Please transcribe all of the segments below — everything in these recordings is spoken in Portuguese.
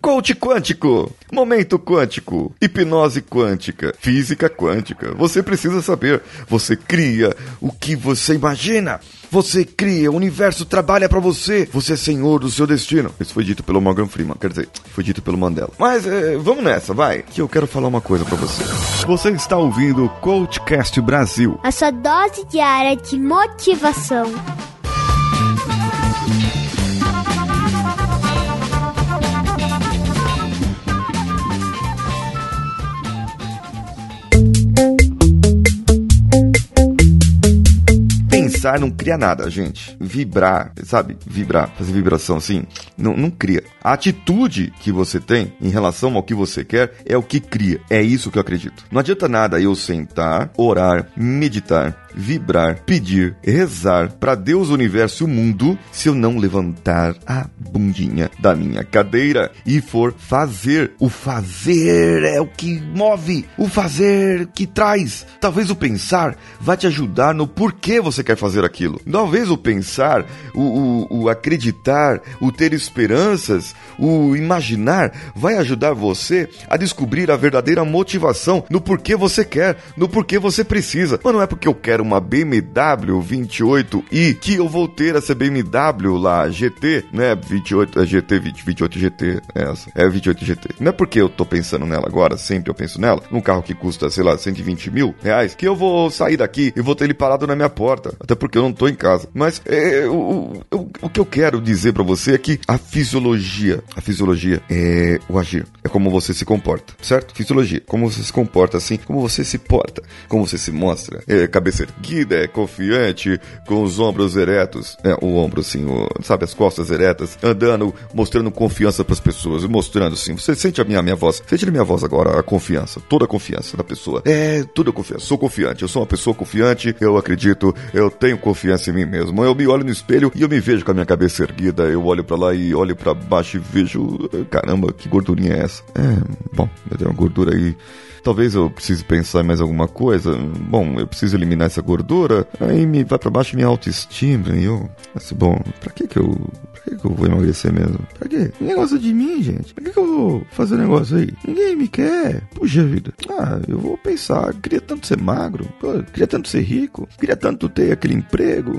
Coach quântico, momento quântico, hipnose quântica, física quântica. Você precisa saber. Você cria o que você imagina. Você cria, o universo trabalha pra você. Você é senhor do seu destino. Isso foi dito pelo Morgan Freeman, quer dizer, foi dito pelo Mandela. Mas vamos nessa, vai. Que eu quero falar uma coisa pra você. Você está ouvindo o Coachcast Brasil. A sua dose diária de motivação. Pensar não cria nada, gente. Vibrar, sabe? Vibrar, fazer vibração assim, não cria. A atitude que você tem em relação ao que você quer é o que cria. É isso que eu acredito. Não adianta nada eu sentar, orar, meditar, vibrar, pedir, rezar para Deus, o universo e o mundo se eu não levantar a bundinha da minha cadeira e for fazer. O fazer é o que move, o fazer que traz. Talvez o pensar vai te ajudar no porquê você quer fazer aquilo. Talvez o pensar, o acreditar, o ter esperanças, o imaginar vai ajudar você a descobrir a verdadeira motivação no porquê você quer, no porquê você precisa. Mas não é porque eu quero uma BMW 28i que eu vou ter essa BMW lá, GT, né? 28, é GT, 28 GT, essa. É 28 GT. Não é porque eu tô pensando nela agora, sempre eu penso nela, num carro que custa, sei lá, 120 mil reais, que eu vou sair daqui e vou ter ele parado na minha porta. Até porque eu não tô em casa. Mas o que eu quero dizer pra você é que a fisiologia é o agir. É como você se comporta, certo? Fisiologia. Como você se comporta assim, como você se porta, como você se mostra. É cabeça erguida, é confiante, com os ombros eretos. É, o ombro assim, sabe, as costas eretas, andando, mostrando confiança pras pessoas, mostrando assim. Você sente a minha voz. Sente a minha voz agora, a confiança, toda a confiança da pessoa. É, toda a confiança. Sou confiante, eu sou uma pessoa confiante, eu acredito, eu tenho confiança em mim mesmo. Eu me olho no espelho e eu me vejo com a minha cabeça erguida, eu olho pra lá e olho pra baixo e vejo, caramba, que gordurinha é essa? Bom, eu tenho uma gordura aí. Talvez eu precise pensar em mais alguma coisa. Bom, eu preciso eliminar essa gordura. Aí me vai pra baixo minha autoestima. E eu... Assim, bom, pra que eu vou emagrecer mesmo? Pra quê? Ninguém gosta de mim, gente. Pra que eu vou fazer um negócio aí? Ninguém me quer. Puxa vida. Eu vou pensar. Queria tanto ser magro. Queria tanto ser rico. Queria tanto ter aquele emprego.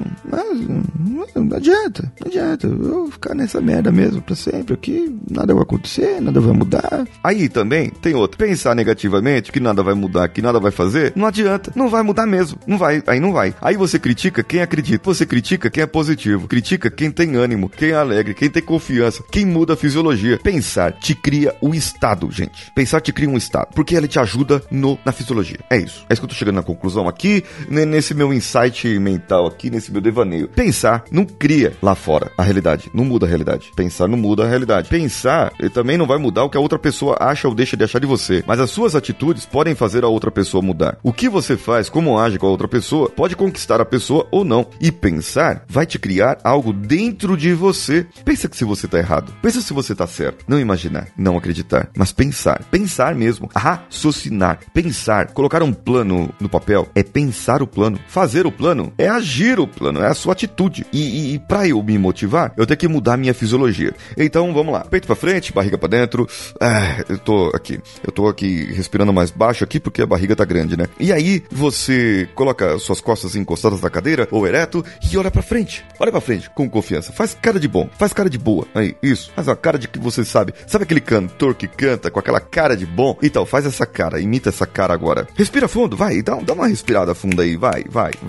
Mas não adianta. Não adianta. Eu vou ficar nessa merda mesmo pra sempre aqui. Nada vai acontecer. Nada vai mudar. Aí também tem outro. Pensar negativamente que nada vai mudar, que nada vai fazer, não adianta, não vai mudar mesmo, não vai, aí não vai. Aí você critica quem acredita, você critica quem é positivo, critica quem tem ânimo, quem é alegre, quem tem confiança, quem muda a fisiologia. Pensar te cria o estado, gente. Pensar te cria um estado, porque ele te ajuda na fisiologia. É isso. É isso que eu tô chegando na conclusão aqui, nesse meu insight mental aqui, nesse meu devaneio. Pensar não cria lá fora a realidade, não muda a realidade. Pensar não muda a realidade. Pensar também não vai mudar o que a outra pessoa acha ou deixa de achar de você, mas as suas atitudes podem fazer a outra pessoa mudar. O que você faz, como age com a outra pessoa, pode conquistar a pessoa ou não. E pensar vai te criar algo dentro de você. Pensa que se você tá errado. Pensa se você tá certo. Não imaginar, não acreditar, mas pensar. Pensar mesmo. Raciocinar. Pensar. Colocar um plano no papel é pensar o plano. Fazer o plano é agir o plano. É a sua atitude. E pra eu me motivar, eu tenho que mudar a minha fisiologia. Então, vamos lá. Peito pra frente, barriga pra dentro. Eu tô aqui respirando mais baixo aqui porque a barriga tá grande, né? E aí você coloca suas costas encostadas na cadeira ou ereto e olha pra frente. Olha pra frente com confiança. Faz cara de bom. Faz cara de boa. Aí, isso. Faz uma cara de que você sabe. Sabe aquele cantor que canta com aquela cara de bom? Então, faz essa cara. Imita essa cara agora. Respira fundo. Vai. Dá uma respirada funda aí. Vai.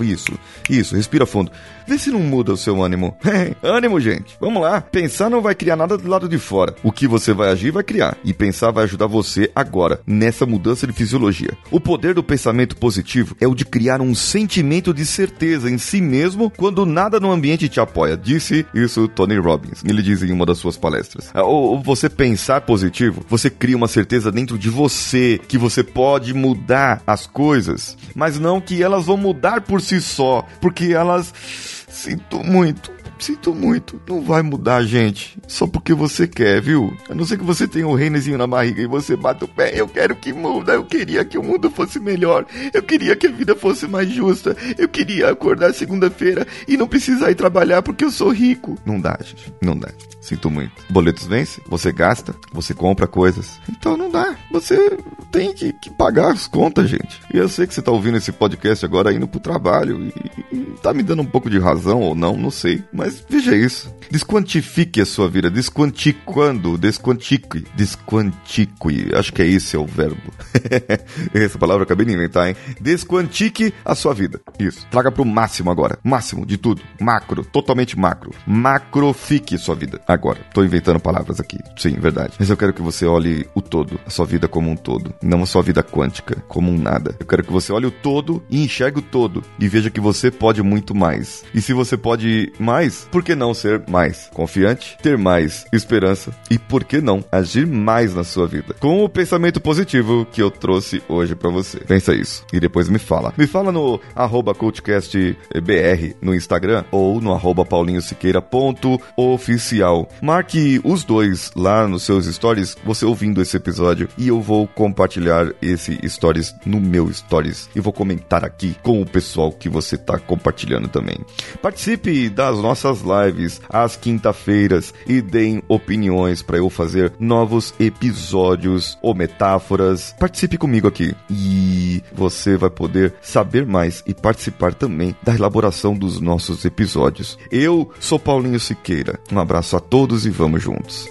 Isso. Respira fundo. Vê se não muda o seu ânimo. Ânimo, gente. Vamos lá. Pensar não vai criar nada do lado de fora. O que você vai agir vai criar. E pensar vai ajudar você agora, nessa mudança de fisiologia. O poder do pensamento positivo é o de criar um sentimento de certeza em si mesmo quando nada no ambiente te apoia. Disse isso Tony Robbins. Ele diz em uma das suas palestras. Ou você pensar positivo, você cria uma certeza dentro de você que você pode mudar as coisas, mas não que elas vão mudar por si só, porque elas... Sinto muito. sinto muito. Não vai mudar, gente. Só porque você quer, viu? A não ser que você tenha um reinezinho na barriga e você bata o pé. Eu quero que muda. Eu queria que o mundo fosse melhor. Eu queria que a vida fosse mais justa. Eu queria acordar segunda-feira e não precisar ir trabalhar porque eu sou rico. Não dá, gente. Não dá. Sinto muito. Boletos vence, você gasta, você compra coisas. Então não dá. Você tem que pagar as contas, gente. E eu sei que você tá ouvindo esse podcast agora indo pro trabalho e tá me dando um pouco de razão ou não sei. Mas veja isso. Desquantifique a sua vida. Desquantique. Acho que esse é o verbo. Essa palavra eu acabei de inventar, hein? Desquantique a sua vida. Isso. Traga pro máximo agora. Máximo de tudo. Macro. Totalmente macro. Macrofique sua vida. Agora. Tô inventando palavras aqui. Sim, verdade. Mas eu quero que você olhe o todo. A sua vida como um todo. Não a sua vida quântica. Como um nada. Eu quero que você olhe o todo e enxergue o todo. E veja que você pode muito mais. E se você pode mais, por que não ser mais confiante? Ter mais esperança. E por que não agir mais na sua vida? Com o pensamento positivo que eu trouxe hoje pra você. Pensa isso. E depois me fala. Me fala no @coachcastbr no Instagram ou no @paulinhosiqueira.oficial. Marque os dois lá nos seus stories, você ouvindo esse episódio, e eu vou compartilhar esse stories no meu stories e vou comentar aqui com o pessoal que você tá compartilhando também. Participe das nossas lives às quinta-feiras e deem opiniões para eu fazer novos episódios ou metáforas. Participe comigo aqui e você vai poder saber mais e participar também da elaboração dos nossos episódios. Eu sou Paulinho Siqueira. Um abraço a todos e vamos juntos.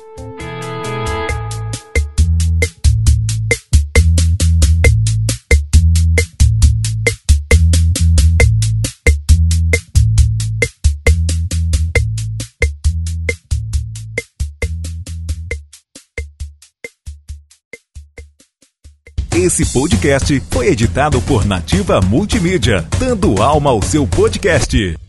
Esse podcast foi editado por Nativa Multimídia, dando alma ao seu podcast.